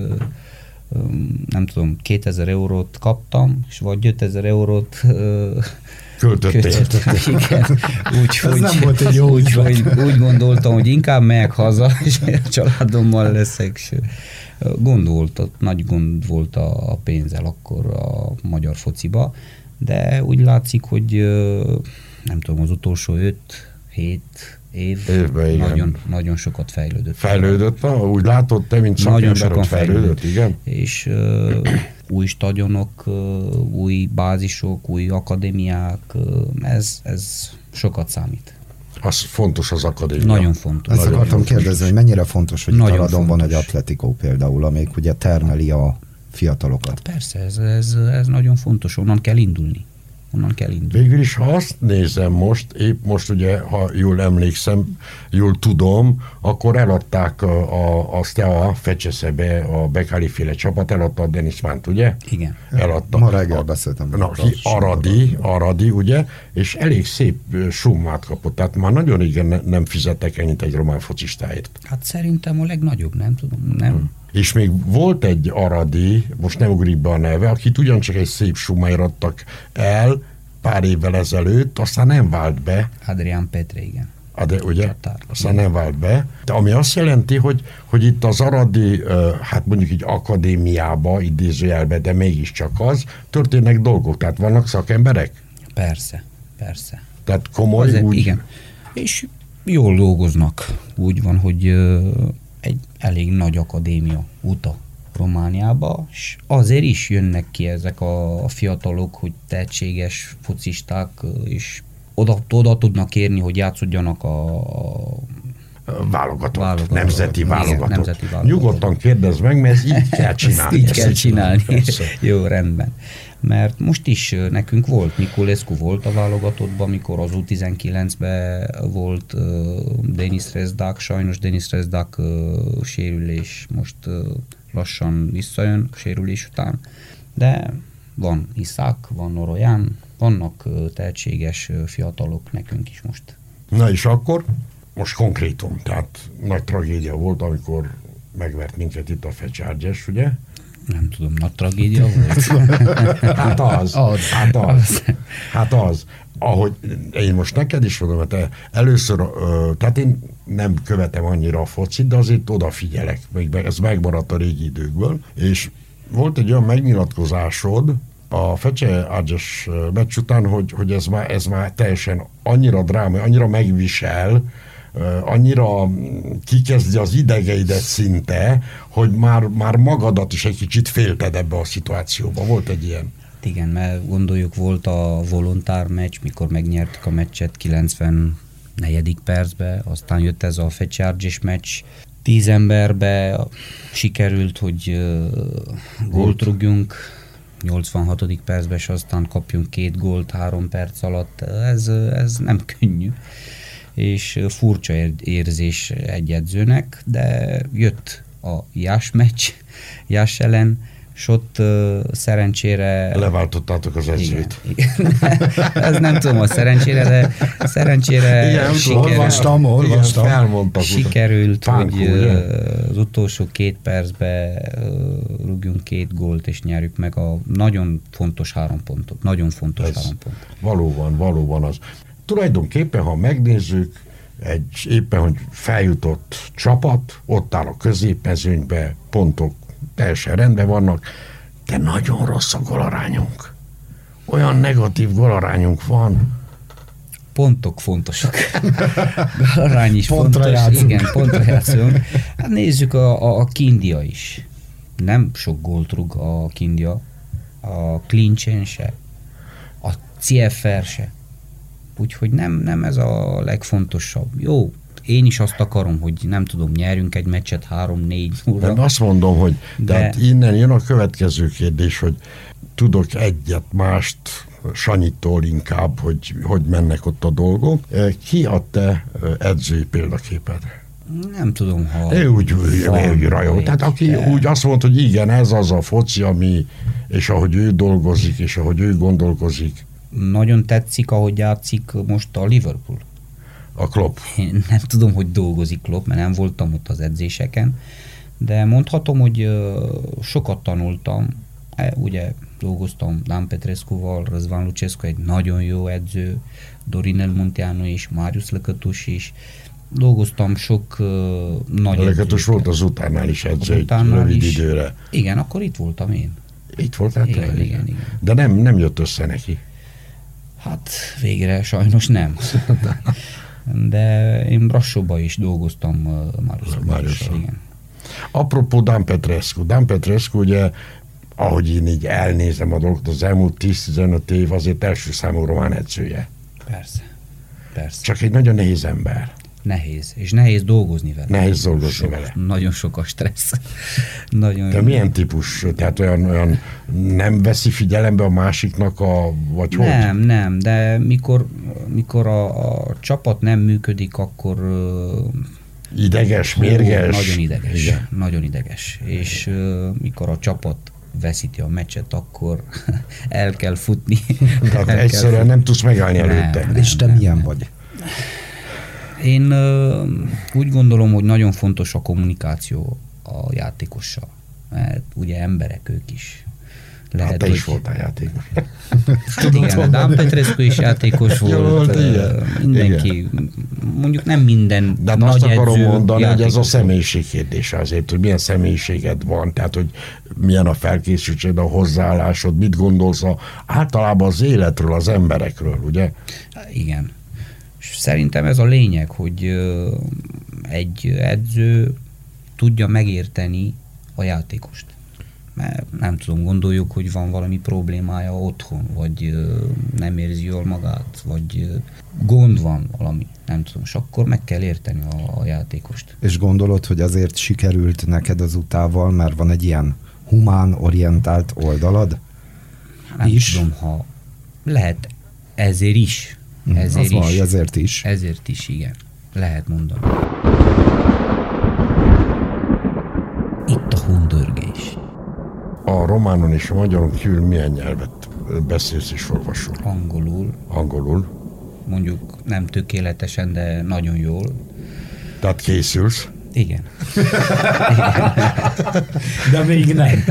nem tudom, kétezer eurót kaptam, és vagy ötezer eurót költöttél. Igen. Úgy, hogy, nem volt egy jó úgy, hogy, úgy gondoltam, hogy inkább megyek haza, és a családommal leszek. Gond volt, nagy gond volt a pénzzel akkor a magyar fociba, de úgy látszik, hogy nem tudom, az utolsó öt-hét év Évben, nagyon, nagyon sokat fejlődött. Fejlődött? Na, úgy látod te, mint szakember, hogy fejlődött, igen? És uh, új stadionok, uh, új bázisok, új akadémiák, uh, ez, ez sokat számít. Az fontos az akadémia. Nagyon fontos. Ezt akartam fontos. kérdezni, hogy mennyire fontos, hogy nagyon Taradon fontos. van egy Atletico például, amelyik ugye termeli a fiatalokat. Persze, ez, ez, ez nagyon fontos, onnan kell indulni. Onnan kell indulni. Végül is, ha azt nézem most, épp most ugye, ha jól emlékszem, jól tudom, akkor eladták a, a, azt a Fecseszebe, a Bekali féle csapat, eladta a Denis Vánt, ugye? Igen. Eladta. Ma reggel beszéltem. Na, Aradi, Aradi, ugye? És elég szép summát kapott, tehát már nagyon igen nem fizettek ennyit egy román focistáért. Hát szerintem a legnagyobb, nem tudom, nem? Hmm. És még volt egy aradi, most nem ugrik be a neve, akit ugyancsak egy szép summáért adtak el pár évvel ezelőtt, aztán nem vált be. Adrián Petre, igen. de ugye, csatár. aztán nem vált be. De ami azt jelenti, hogy, hogy itt az aradi, hát mondjuk így akadémiába, idézőjelbe, de mégiscsak az, történnek dolgok, tehát vannak szakemberek? Persze, persze. Tehát komoly Azért, úgy... Igen. És jól dolgoznak. Úgy van, hogy ö, egy elég nagy akadémia uta Romániába, és azért is jönnek ki ezek a, a fiatalok, hogy tehetséges focisták, és oda, oda tudnak érni, hogy játszódjanak a, a Válogatott, válogatott. nemzeti Igen, válogatott. nemzeti válogatott. Nyugodtan kérdezd meg, mert ezt így kell csinálni. Ezt így kell csinálni. Persze. Jó, rendben. Mert most is nekünk volt, Niculescu volt a válogatottban, amikor az U tizenkilencben volt uh, Denis Rezdak, sajnos Denis Rezdak uh, sérülés most uh, lassan visszajön a sérülés után, de van Iszák, van Noroyan, vannak uh, tehetséges uh, fiatalok nekünk is most. Na és akkor, most konkrétum, tehát nagy tragédia volt, amikor megvert minket itt a Fecharges, ugye? Nem tudom, nagy tragédia volt. Hát az, az. hát az, hát az. Ahogy én most neked is mondom, mert először, tehát én nem követem annyira a focit, de azért odafigyelek, ez megmaradt a régi időkből, és volt egy olyan megnyilatkozásod a Fecharges meccs után, hogy, hogy ez, már, ez már teljesen annyira drámai, annyira megvisel, annyira kikezdi az idegeidet szinte, hogy már, már magadat is egy kicsit félted ebbe a szituációba. Volt egy ilyen? Igen, mert gondoljuk, volt a volontár meccs, mikor megnyertük a meccset kilencvennegyedik percbe, aztán jött ez a Fecharges meccs, tíz emberbe sikerült, hogy uh, gólt rúgjunk, nyolcvanhatodik percben, és aztán kapjunk két gólt három perc alatt. Ez, ez nem könnyű, és furcsa érzés egy edzőnek, de jött a Jás meccs, Jás ellen, és ott uh, szerencsére... Leváltottátok az edzőt. Igen, igen. Ez nem tudom, a szerencsére, de szerencsére igen, sikerült, olvastam, olvastam. Igen, sikerült Pánkó, hogy ugye? az utolsó két percben rúgjunk két gólt, és nyerjük meg a nagyon fontos három pontot. Nagyon fontos Ez három pontot. Valóban, valóban az. Tulajdonképpen, ha megnézzük, egy éppen, hogy feljutott csapat, ott áll a középmezőnybe, pontok teljesen rendben vannak, de nagyon rossz a gólarányunk. Olyan negatív gólarányunk van. Pontok fontosak. Gólarány is Pontra fontos. játszunk. Igen, pontra játszunk. Hát nézzük a, a, a Kindia is. Nem sok gólt rúg a Kindia. A Klincsen se. A cé ef er se. Úgyhogy nem, nem ez a legfontosabb. Jó, én is azt akarom, hogy nem tudom, nyerjünk egy meccset három-négy óra. Én azt mondom, hogy De... tehát innen jön a következő kérdés, hogy tudok egyet, mást Sanyitól inkább, hogy hogy mennek ott a dolgok. Ki a te edzői példaképed? Nem tudom, ha... Ő úgy, úgy rajó. Tehát aki de... úgy azt mondta, hogy igen, ez az a foci, ami, és ahogy ő dolgozik, és ahogy ő gondolkozik. Nagyon tetszik, ahogy játszik most a Liverpool. A Klopp. Én nem tudom, hogy dolgozik Klopp, mert nem voltam ott az edzéseken, de mondhatom, hogy sokat tanultam. Ugye dolgoztam Dan Petrescu-val, Răzvan Lucescu egy nagyon jó edző, Dorinel Munteanu is, Marius Lăcătuș is. Dolgoztam sok uh, nagy edzőkkel. Lăcătuș volt az utánál is edző egy rövid is. időre. Igen, akkor itt voltam én. Itt voltál Igen, te? igen, igen, igen. De nem, nem jött össze neki. Hát végre sajnos nem. De én Brassóban is dolgoztam uh, Mariusszal. Igen. Apropó Dan Petrescu. Dan Petrescu ugye, ahogy én így elnézem a dolgot, az elmúlt tíz-tizenöt év azért első számú román edzője. Persze. Persze. Csak egy nagyon nehéz ember. Nehéz. És nehéz dolgozni vele. Nehéz dolgozni Sok, vele. Nagyon sok a stressz. nagyon De milyen típus? Tehát olyan, olyan nem veszi figyelembe a másiknak a... Vagy nem, hogy? nem, de mikor, mikor a, a csapat nem működik, akkor... Ideges, mérges. Nagyon ideges. Igen. Nagyon ideges. És uh, mikor a csapat veszíti a meccset, akkor el kell futni. Tehát el egyszerűen kell nem tudsz megállni nem, előtte. nem, És te nem, milyen nem. vagy? Én uh, úgy gondolom, hogy nagyon fontos a kommunikáció a játékossal. Mert ugye emberek ők is. Lehet, hát te hogy... is voltál játékos. Hát igen, Dan Petrescu is játékos volt. Jó, volt, uh, igen. Mindenki Igen. mondjuk nem minden de nagy azt akarom edző mondani, hogy ez a játékos. személyiség kérdése azért, hogy milyen személyiséged van, tehát hogy milyen a felkészültséged, a hozzáállásod, mit gondolsz a, általában az életről, az emberekről, ugye? Igen. És szerintem ez a lényeg, hogy ö, egy edző tudja megérteni a játékost. Mert nem tudom, gondoljuk, hogy van valami problémája otthon, vagy ö, nem érzi jól magát, vagy ö, gond van valami, nem tudom, és akkor meg kell érteni a, a játékost. És gondolod, hogy azért sikerült neked az utával, mert van egy ilyen humán, orientált oldalad? Nem is? tudom, ha lehet ezért is. Ezért Az van, is. ezért is. Ezért is, igen. Lehet mondani. Itt a hundörgés. A románon és a magyaron kívül milyen nyelvet beszélsz és olvasol? Angolul, Angolul. mondjuk nem tökéletesen, de nagyon jól. Tehát készülsz. Igen. De még nem.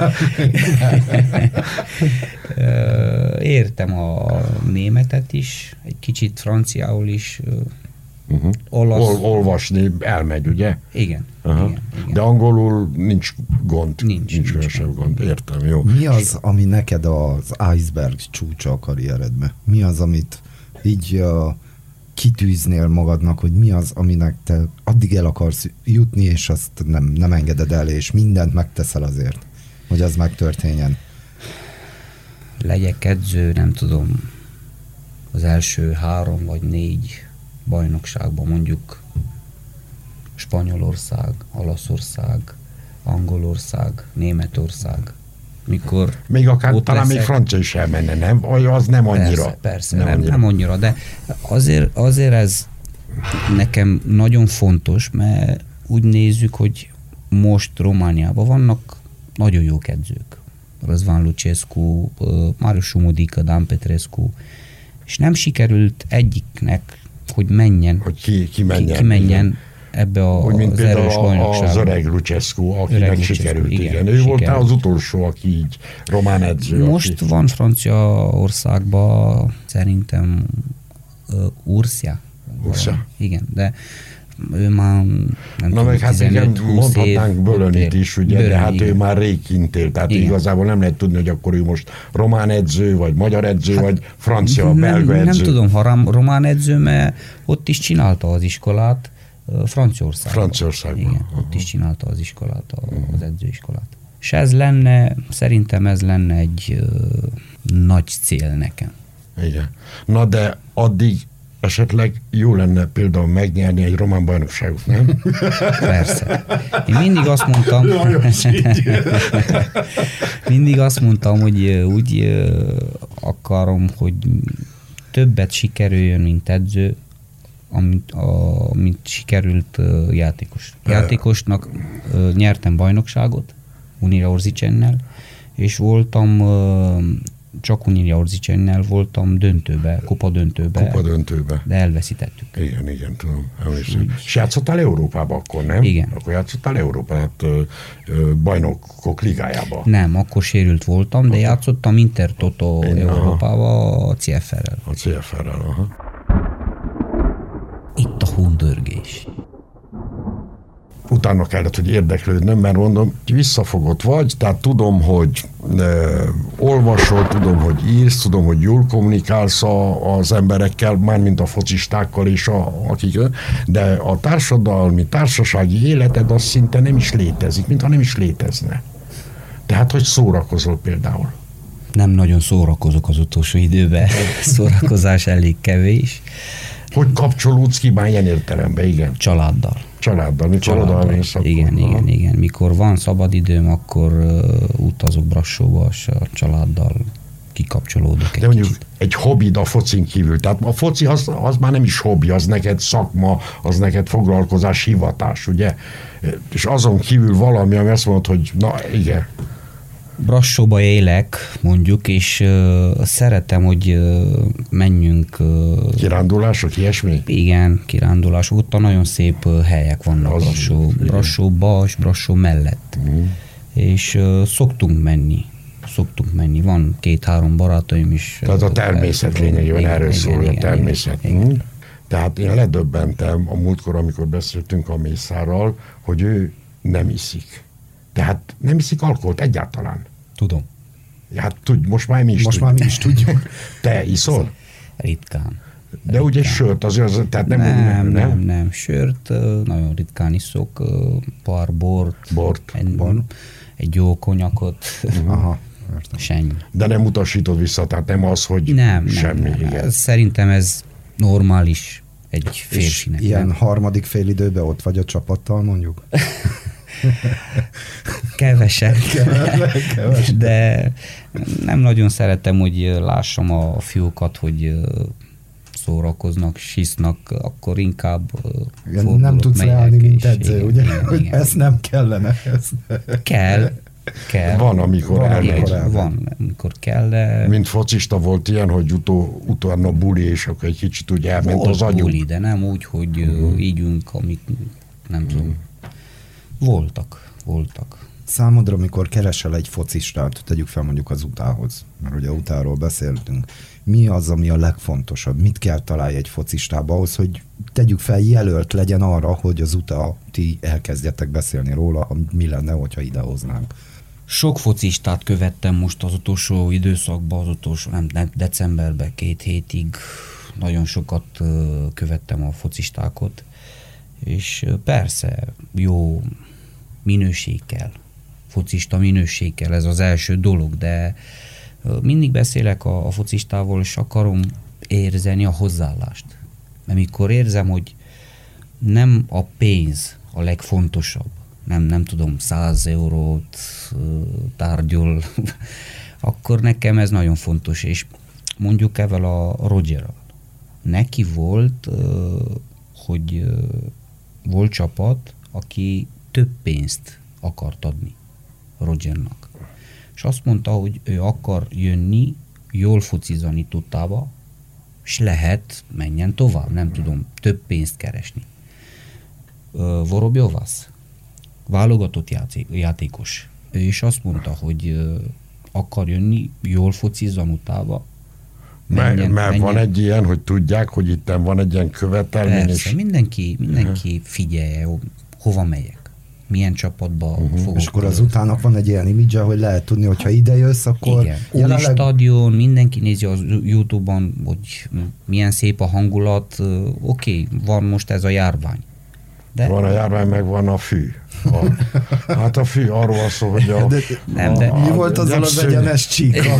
Ö, Értem a németet is, egy kicsit franciául is, ö, Uh-huh. olasz. Ol, olvasni elmegy, ugye? Igen, Aha. igen, igen. De angolul nincs gond. Nincs, nincs, nincs nincs gond. Értem, jó. Mi az, ami neked az iceberg csúcsa a karrieredbe? Mi az, amit így uh, kitűznél magadnak, hogy mi az, aminek te addig el akarsz jutni, és azt nem, nem engeded el, és mindent megteszel azért, hogy az megtörténjen? Legyek edző, nem tudom, az első három vagy négy bajnokságban, mondjuk Spanyolország, Olaszország, Angolország, Németország. Mikor Még akár ott talán leszek, még francia is elmenne, nem? Vagy az nem annyira. Persze, persze nem, nem, annyira. nem annyira, de azért, azért ez nekem nagyon fontos, mert úgy nézzük, hogy most Romániában vannak nagyon jó edzők. Răzvan Lucescu, Marius Sumodica, Dan Petrescu, és nem sikerült egyiknek, hogy menjen, Hogy ki, ki menjen. ki, ki menjen ebbe a, Hogy mint az erős például a- az bajnokságba. öreg Lucescu, akinek Öreg Lucescu, sikerült, igen. igen, Ő volt sikerült. az utolsó, aki így román edző. Most aki... van Franciaországban szerintem uh, Ursia. Ursia. Igen, de ő már nem Na tudom, meg hát igen, tizenöt-húsz év mondhatnánk Bölönit is, ugye, Bölöni, de hát igen. ő már rég kint él, tehát Igen. igazából nem lehet tudni, hogy akkor ő most román edző, vagy magyar edző, hát, vagy francia, nem, belga nem edző. tudom, ha ram, román edző, mert ott is csinálta az iskolát uh, Franciaországban. Franciaországban. Igen, Aha. ott is csinálta az iskolát, a, az edzőiskolát. És ez lenne, szerintem ez lenne egy uh, nagy cél nekem. Igen. Na de addig esetleg jó lenne például megnyerni egy román bajnokságot, nem? Persze. Én mindig azt mondtam, mindig azt mondtam, hogy ö, úgy ö, akarom, hogy többet sikerüljön, mint edző, amit, a, mint sikerült ö, játékos. Játékosnak ö, nyertem bajnokságot Unirea Orzicennel, és voltam ö, csak Unirea Orzicennel voltam döntőbe, kupa döntőbe, Kupa döntőbe. de elveszítettük. Igen, igen, tudom. Emlékszem. És játszottál Európába akkor, nem? Igen. Akkor játszottál Európában, hát ö, ö, bajnokok ligájába. Nem, akkor sérült voltam, de játszottam Intertoto Én, Európába a cé ef er-rel. A cé ef er-rel, aha. Itt a hundörgés. Utána kellett, hogy érdeklődnöm, mert mondom, visszafogott vagy, tehát tudom, hogy e, olvasol, tudom, hogy írsz, tudom, hogy jól kommunikálsz a, az emberekkel, mármint a focistákkal és a, akik, de a társadalmi, társasági életed az szinte nem is létezik, mintha nem is létezne. Tehát, hogy szórakozol például. Nem nagyon szórakozok az utolsó időben, szórakozás elég kevés. Hogy kapcsolódsz ki már ilyen értelemben, igen. Családdal. Családdal, mikor Családdal. odamész, akkor... Igen, aha. igen, igen. Mikor van szabadidőm, akkor uh, utazok Brassóba, és a családdal kikapcsolódok egy De mondjuk kicsit. egy hobbid a focin kívül. Tehát a foci az, az már nem is hobbi, az neked szakma, az neked foglalkozás, hivatás, ugye? És azon kívül valami, ami azt mondod, hogy na igen. Brassóba élek, mondjuk, és uh, szeretem, hogy uh, menjünk uh, Kirándulások, ilyesmi? igen, kirándulás. Ott nagyon szép uh, helyek vannak Az- Brassó, igen. Brassóba és Brassó mellett. Mm. És uh, szoktunk menni. Szoktunk menni. Van két-három barátaim is. Tehát a uh, természet uh, lényegében igen, erről igen, szól, a igen, természet. igen, igen. Mm. Tehát én ledöbbentem a múltkor, amikor beszéltünk a Mészárral, hogy ő nem iszik. Tehát nem iszik alkoholt egyáltalán. Tudom. Hát tudj, most már mi is Most tudjuk. már mi is tudjuk. Te iszol? Ritkán. De ritkán. ugye sört azért, az, tehát nem... Nem, nem, nem, nem. nem. Sört nagyon ritkán iszok, pár bort, Bort. egy, Bor. egy jó konyakot, Aha, értem. és ennyi. De nem utasítod vissza, tehát nem az, hogy Nem, semmi. nem, nem. Igen. Ez, szerintem ez normális egy És férfinek. ilyen nem? harmadik fél időben ott vagy a csapattal, mondjuk? Kevesen. Kevesen. De nem nagyon szeretem, hogy lássam a fiúkat, hogy szórakoznak, sisznak, akkor inkább Igen, fordulok, nem tudsz megyek, leállni, mint és edző, igen, ugye? igen, Hogy igen. ez nem kellene. Ez. Kell, kell. Van, amikor Van, elmegy. amikor Igen, elmegy. van, amikor kell, de Mint focista volt ilyen, hogy utó, utána buli, és akkor egy kicsit úgy elment volt az agyunk. buli, de nem úgy, hogy uh-huh. ígyünk, amit nem uh-huh. tudom. Voltak, voltak. Számodra, amikor keresel egy focistát, tegyük fel mondjuk az utához, mert ugye utáról beszéltünk, mi az, ami a legfontosabb? Mit kell találni egy focistába ahhoz, hogy tegyük fel jelölt legyen arra, hogy az utá ti elkezdjetek beszélni róla, mi lenne, hogyha idehoznánk? Sok focistát követtem most az utolsó időszakban, az utolsó, nem, nem decemberben, két hétig. Nagyon sokat ö, követtem a focistákat, és ö, persze jó minőség kell, focista minőség kell, ez az első dolog, de ö, mindig beszélek a, a focistával, és akarom érzeni a hozzáállást. Mert mikor érzem, hogy nem a pénz a legfontosabb, nem, nem tudom, száz eurót ö, tárgyal, akkor nekem ez nagyon fontos, és mondjuk ezzel a Rogerral. Neki volt, ö, hogy ö, volt csapat, aki több pénzt akart adni Rogernak. És azt mondta, hogy ő akar jönni, jól focizani tudtába, és lehet, menjen tovább, nem tudom, több pénzt keresni. Vorobjovasz, válogatott játék, játékos. Ő is azt mondta, hogy ö, akar jönni, jól focizzon utába. Mert, mert van egy ilyen, hogy tudják, hogy itt van egy ilyen követelmény. Persze, És... mindenki, mindenki uh-huh. figyelje, ho- hova megyek, milyen csapatba uh-huh. fogok. És akkor az utának van egy ilyen imidzse, hogy lehet tudni, hogyha ide jössz, akkor... Igen. Új stadion, mindenki nézi az YouTube-on, hogy milyen szép a hangulat. Oké, okay, van most ez a járvány. De... Van a járvány, meg van a fű. A, hát a fű arról szól, hogy a... De, nem, de... Mi volt azzal az egyenes csíka?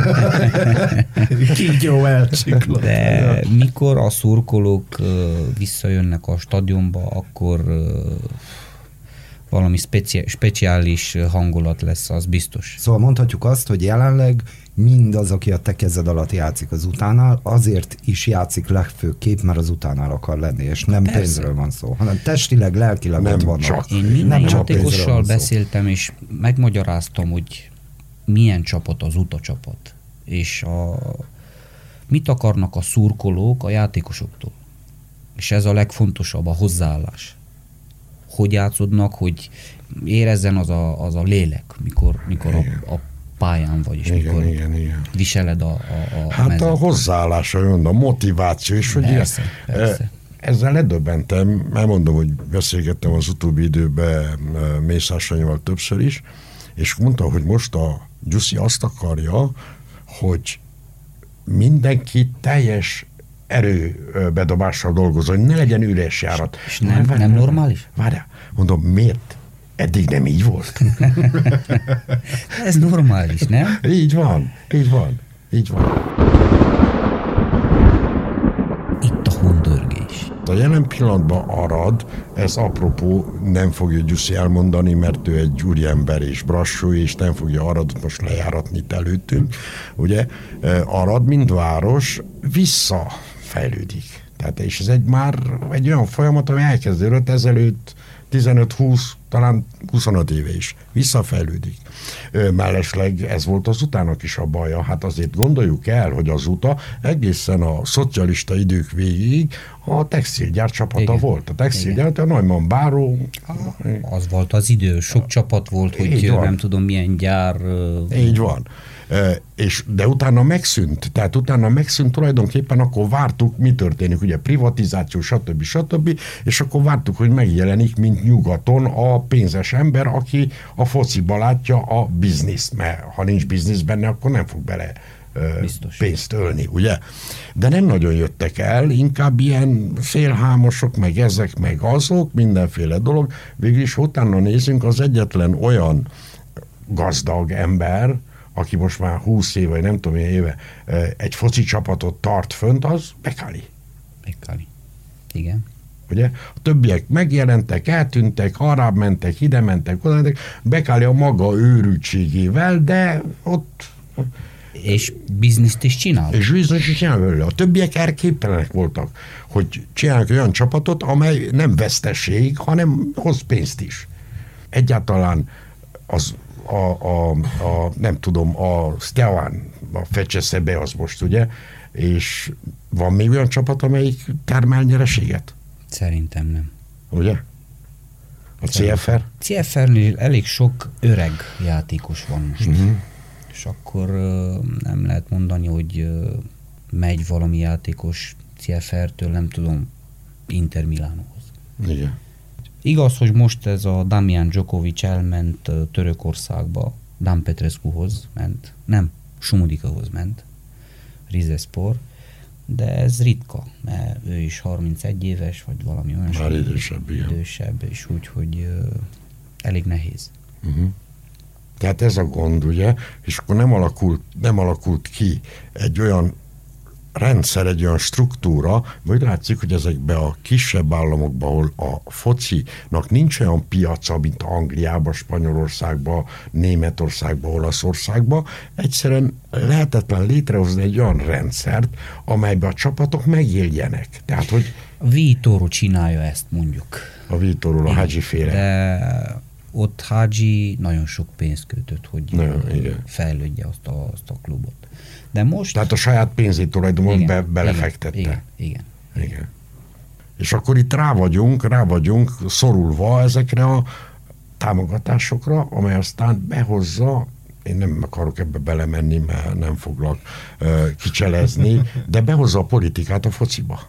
Kígyó elcsiklott. De mikor a szurkolók visszajönnek a stadionba, akkor valami speci- speciális hangulat lesz, az biztos. Szóval mondhatjuk azt, hogy jelenleg mindaz, aki a te kezed alatt játszik az utánál, azért is játszik legfőképp, mert az utánál akar lenni, és nem Persze. pénzről van szó, hanem testileg, lelkileg Nem ott vannak. csak. Én minden Nem csak játékossal pénzről van szó. beszéltem, és megmagyaráztam, hogy milyen csapat az Uta csapat, és a, mit akarnak a szurkolók a játékosoktól. És ez a legfontosabb, a hozzáállás. Hogy játszodnak, hogy érezzen az a, az a lélek, mikor, mikor a, a pályán vagy, és Igen, mikor igen, igen. viseled a, a, a Hát mezet. a hozzáállása, a motiváció, és hogy Persze, ilyen, persze. ezzel ledöbbentem, mert mondom, hogy beszélgettem az utóbbi időben Mészár Sanyival többször is, és mondta, hogy most a Gyuszi azt akarja, hogy mindenki teljes erőbedobással dolgozó, hogy ne legyen üres járat. És nem, nem normális? Várjál, mondom, miért? Eddig nem így volt. Ez normális, nem? Így van, így van, így van. Itt a hundörgés. A jelen pillanatban Arad, ez apropó nem fogja Gyuszi elmondani, mert ő egy úriember és brassó, és nem fogja Aradot most lejáratni itt előttünk. Ugye Arad, mint város, visszafejlődik. Tehát, és ez egy már egy olyan folyamat, ami elkezdődött ezelőtt tizenöt-húsz, talán huszonöt éve is. Visszafejlődik. Mellesleg ez volt az utának is a baja. Hát azért gondoljuk el, hogy az uta egészen a szocialista idők végig a textilgyár csapata igen. volt. A textilgyár, a Neumann Báró. Az volt az idő. Sok csapat volt, hogy nem tudom milyen gyár. Így van. És, de utána megszűnt, tehát utána megszűnt tulajdonképpen, akkor vártuk, mi történik, ugye privatizáció, stb. stb. És akkor vártuk, hogy megjelenik, mint nyugaton a pénzes ember, aki a fociba látja a bizniszt, mert ha nincs biznisz benne, akkor nem fog bele Biztos. pénzt ölni, ugye? De nem nagyon jöttek el, inkább ilyen félhámosok, meg ezek, meg azok, mindenféle dolog. Végül is utána nézünk, az egyetlen olyan gazdag ember, aki most már húsz éve, vagy nem tudom milyen éve egy foci csapatot tart fönt, az Becali. Becali. Igen. Ugye? A többiek megjelentek, eltűntek, arrább mentek, ide mentek, oda mentek. Becali a maga őrültségével, de ott... És bizniszt is csinál. És bizniszt is csinál. A többiek erre képtelenek voltak, hogy csinálnak olyan csapatot, amely nem veszteség, hanem hoz pénzt is. Egyáltalán az A, a, a, nem tudom, a Steaua, a Feccseszebe az most, ugye, és van még olyan csapat, amelyik termel nyereséget? Szerintem nem. Ugye? A cé ef er? cé ef er-nél elég sok öreg játékos van most. Uh-huh. És akkor uh, nem lehet mondani, hogy uh, megy valami játékos cé ef er-től, nem tudom, Inter Milánóhoz. Igen. Igaz, hogy most ez a Damian Djokovic elment Törökországba, Dan Petrescuhoz ment, nem, Sumudikahoz ment, Rizespor, de ez ritka, mert ő is harmincegy éves, vagy valami olyan. Már idősebb, igen. Idősebb, és úgy, hogy uh, elég nehéz. Uh-huh. Tehát ez a gond, ugye, és akkor nem alakult, nem alakult ki egy olyan rendszer, egy olyan struktúra, majd látszik, hogy ezekben a kisebb államokban, ahol a focinak nincs olyan piaca, mint Angliában, Spanyolországban, Németországban, Olaszországban, egyszerűen lehetetlen létrehozni egy olyan rendszert, amelyben a csapatok megéljenek. Tehát, hogy... A Vitorul csinálja ezt, mondjuk. A Vitorul, a Hadzsi féle. De ott Hadzsi nagyon sok pénzt költött, hogy nagyon, fejlődje azt a, azt a klubot. De most... Tehát a saját pénzét tulajdonképpen be, belefektette. Igen, igen, igen. igen. És akkor itt rá vagyunk, rá vagyunk szorulva ezekre a támogatásokra, amely aztán behozza, én nem akarok ebbe belemenni, mert nem foglak uh, kicselezni, de behozza a politikát a fociba.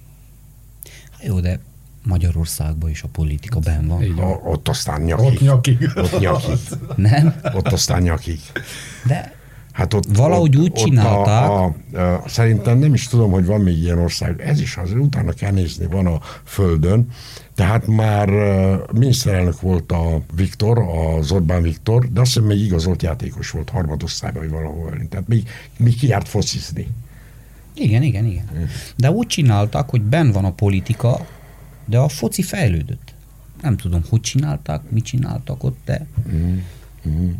Jó, de Magyarországban is a politika benn van. A, ott aztán nyakig. Ott nyakig. Ott nyakig. Nem? Ott aztán nyakig. De hát ott, valahogy ott, úgy csinálták. A, a, a, szerintem nem is tudom, hogy van még ilyen ország. Ez is az, utána kell nézni, van a Földön. Tehát már uh, miniszterelnök volt a Viktor, az Orbán Viktor, de azt hiszem még igazolt játékos volt harmadosztályban, vagy valahol. Tehát még, még kijárt focizni. Igen, igen, igen. De úgy csinálták, hogy benn van a politika, de a foci fejlődött. Nem tudom, hogy csinálták, mit csináltak ott, de... Mm. Mm.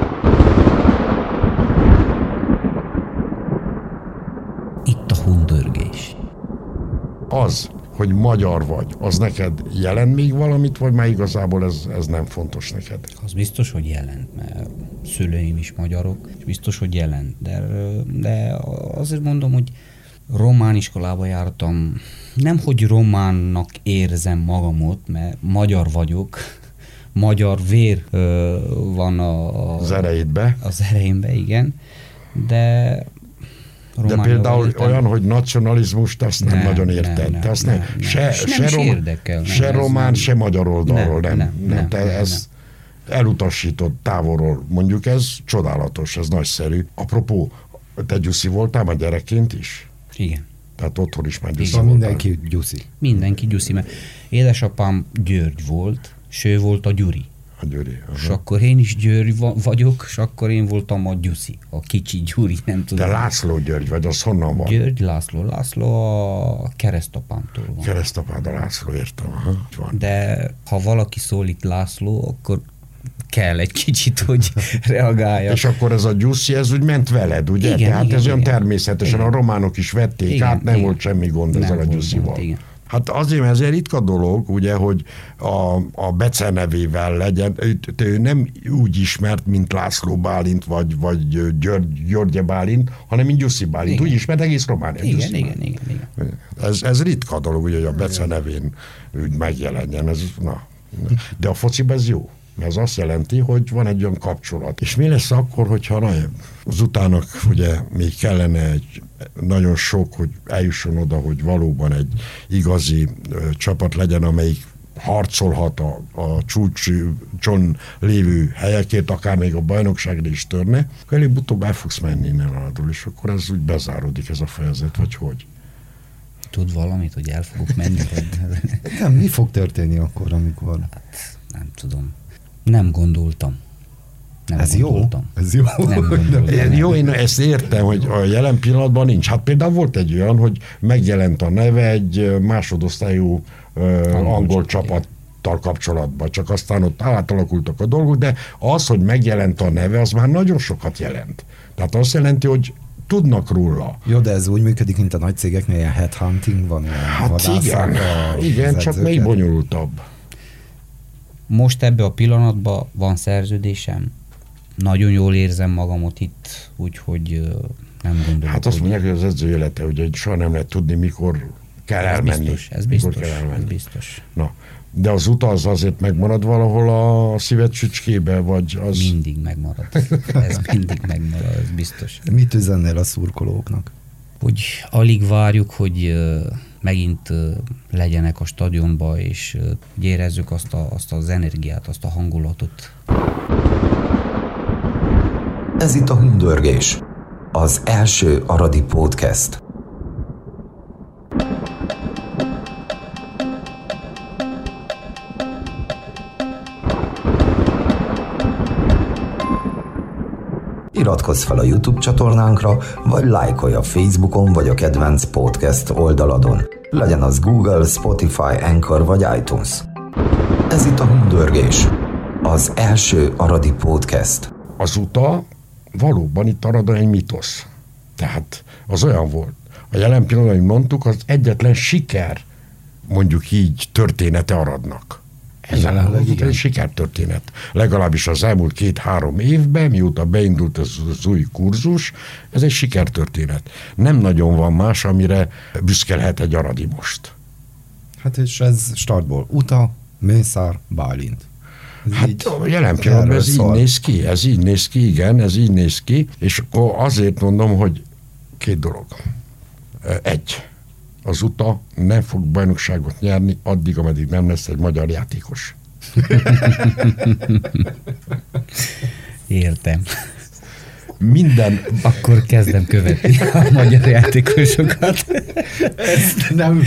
Itt a hundörgés. Az, hogy magyar vagy, az neked jelent még valamit, vagy már igazából ez, ez nem fontos neked? Az biztos, hogy jelent, mert szüleim is magyarok, és biztos, hogy jelent. De, de azért mondom, hogy román iskolába jártam. Nem, hogy románnak érzem magamot, mert magyar vagyok, magyar vér ö, van a, az ereidbe. Az ereimbe, igen. De De például vezetem. Olyan, hogy nacionalizmust, azt nem, nem nagyon érted. Nem, nem, azt nem, nem, nem. Se, se, nem rom, érdekel, se nem, román, nem. se magyar oldalról nem. Nem, nem, nem, Te nem, ez nem. Elutasított távolról. Mondjuk ez csodálatos, ez nagyszerű. Apropó, te Gyuszi voltál a gyerekként is? Igen. Tehát otthon is már Gyuszi voltál. Mindenki Gyuszi. Mindenki Gyuszi, mert édesapám György volt, és ő volt a Gyuri. A Gyuri. Aha. És akkor én is György vagyok, és akkor én voltam a Gyuszi, a kicsi Gyuri, nem tudom. De László György vagy, az honnan van? György László. László a keresztapámtól van. Keresztapád a László, értem. Aha, van. De ha valaki szólít László, akkor kell egy kicsit, hogy reagálja. És akkor ez a Gyuszi, ez úgy ment veled, ugye? Igen, Tehát igen, ez olyan igen. természetesen, igen. A románok is vették igen, át, nem igen. volt semmi gond nem ezzel a Gyuszival. Igen. Hát azért, mert ez egy ritka dolog, ugye, hogy a, a becenevével legyen, ő, ő nem úgy ismert, mint László Bálint, vagy, vagy György, Györgye Bálint, hanem mint Gyuszi Bálint. Igen. Úgy ismert egész Románia. Igen, igen, igen, igen. Ez, ez ritka dolog, ugye, hogy a becenevén úgy megjelenjen. Ez, na. De a fociban ez jó. Mert ez azt jelenti, hogy van egy olyan kapcsolat. És mi lesz akkor, hogyha na, az utának ugye még kellene egy nagyon sok, hogy eljusson oda, hogy valóban egy igazi ö, csapat legyen, amelyik harcolhat a, a csúcson lévő helyekért, akár még a bajnokságra is törne, akkor előbb-utóbb el fogsz menni innen alól, és akkor ez úgy bezáródik ez a fejezet, vagy hogy? Tud valamit, hogy el fogok menni? Vagy... Nem, mi fog történni akkor, amikor... Hát, nem tudom. Nem gondoltam. Nem ez gondoltam. jó? Ez jó? Nem gondoltam. Jó, én ezt értem, hogy a jelen pillanatban nincs. Hát például volt egy olyan, hogy megjelent a neve egy másodosztályú uh, angol, angol csapattal kapcsolatban, csak aztán ott átalakultak a dolgok, de az, hogy megjelent a neve, az már nagyon sokat jelent. Tehát azt jelenti, hogy tudnak róla. Jó, de ez úgy működik, mint a nagy cégeknél, ilyen headhunting van, ilyen hát igen, igen csak még bonyolultabb. Most ebbe a pillanatban van szerződésem. Nagyon jól érzem magamat itt, úgyhogy nem gondolom. Hát azt mondják, hogy az edző élete, hogy soha nem lehet tudni, mikor kell ez elmenni. Biztos, ez biztos, kell elmenni. ez biztos. Na, de az uta az azért megmarad valahol a szíved csücskébe, vagy az... Mindig megmarad. Ez mindig megmarad, ez biztos. Mit üzennél a szurkolóknak? Hogy alig várjuk, hogy megint legyenek a stadionba, és érezzük azt, a, azt az energiát, azt a hangulatot. Ez itt a Hundörgés, az első aradi podcast. Iratkozz fel a YouTube csatornánkra, vagy lájkolj a Facebookon vagy a kedvenc podcast oldaladon. Legyen az Google, Spotify, Anchor vagy iTunes. Ez itt a Hundörgés, az első aradi podcast. Az uta valóban itt Aradon egy mitosz. Tehát az olyan volt. A jelen pillanatban, amit mondtuk, az egyetlen siker, mondjuk így, története Aradnak. Ez egy sikertörténet. Legalábbis az elmúlt két-három évben, mióta beindult az, az új kurzus, ez egy sikertörténet. Nem nagyon van más, amire büszkelhet egy aradi most. Hát és ez startból Uta, Mészár, Bálint. Ez hát így, jelen pillanatban ez szól. így néz ki, ez így néz ki, igen, ez így néz ki, és akkor azért mondom, hogy két dolog. Egy. Az Uta nem fog bajnokságot nyerni addig, ameddig nem lesz egy magyar játékos. Értem. Minden... Akkor kezdem követni a magyar játékosokat. Ezt nem...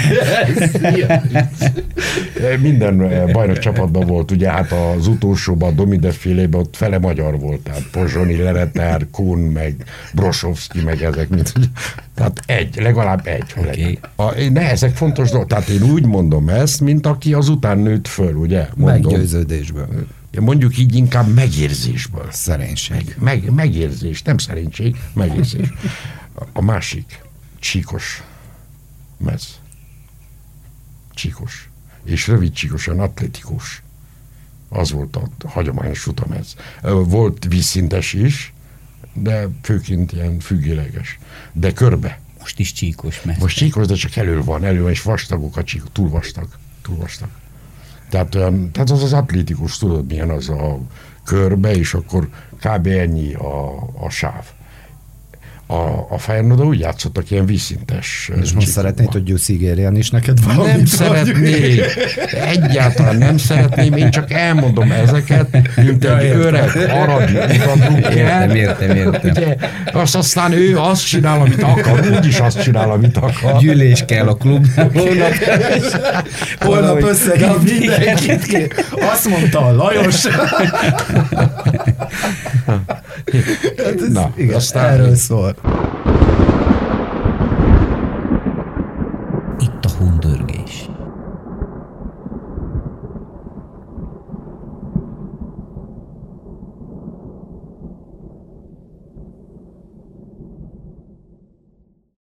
Minden bajnok csapatban volt, ugye hát az utolsóban, a Domidefélében ott fele magyar volt, tehát Pozsony, Leretár, Kun, meg Brosovszki, meg ezek, mint, tehát egy, legalább egy. Okay. A, ne, ezek fontos dolgok, tehát én úgy mondom ezt, mint aki azután nőtt föl, ugye? Mondom. Meggyőződésből. Mondjuk így inkább megérzésből. Szerénység. Meg, meg, megérzés, nem szerénység, megérzés. A másik, csíkos mez. Csíkos. És rövid csíkosan atlétikus. Az volt a hagyományos utamez. Volt vízszintes is, de főként ilyen függőleges. De körbe. Most is csíkos mez. Most csíkos, de csak elő van, elő van, és vastagok a csíkos, túl vastag. Túl vastag. Tehát, olyan, tehát az az atlétikus, tudod milyen az a körbe, és akkor kb. Ennyi a, a sáv. A, a Feyenoord úgy játszottak ilyen vízszintes. És most szeretnéd, hogy Gyuszi ígérjen is neked valamit? Nem szeretnék. Egyáltalán nem szeretném, én csak elmondom ezeket, mint egy ja, öreg aradi igazuk. Értem, értem, értem. Ugye, azt aztán ő azt csinál, amit akar, úgyis azt csinál, amit akar. Gyűlés kell a klubnál. Holnap, holnap összegít mindenkit. Azt mondta a Lajos. Na, igen, aztán erről szól.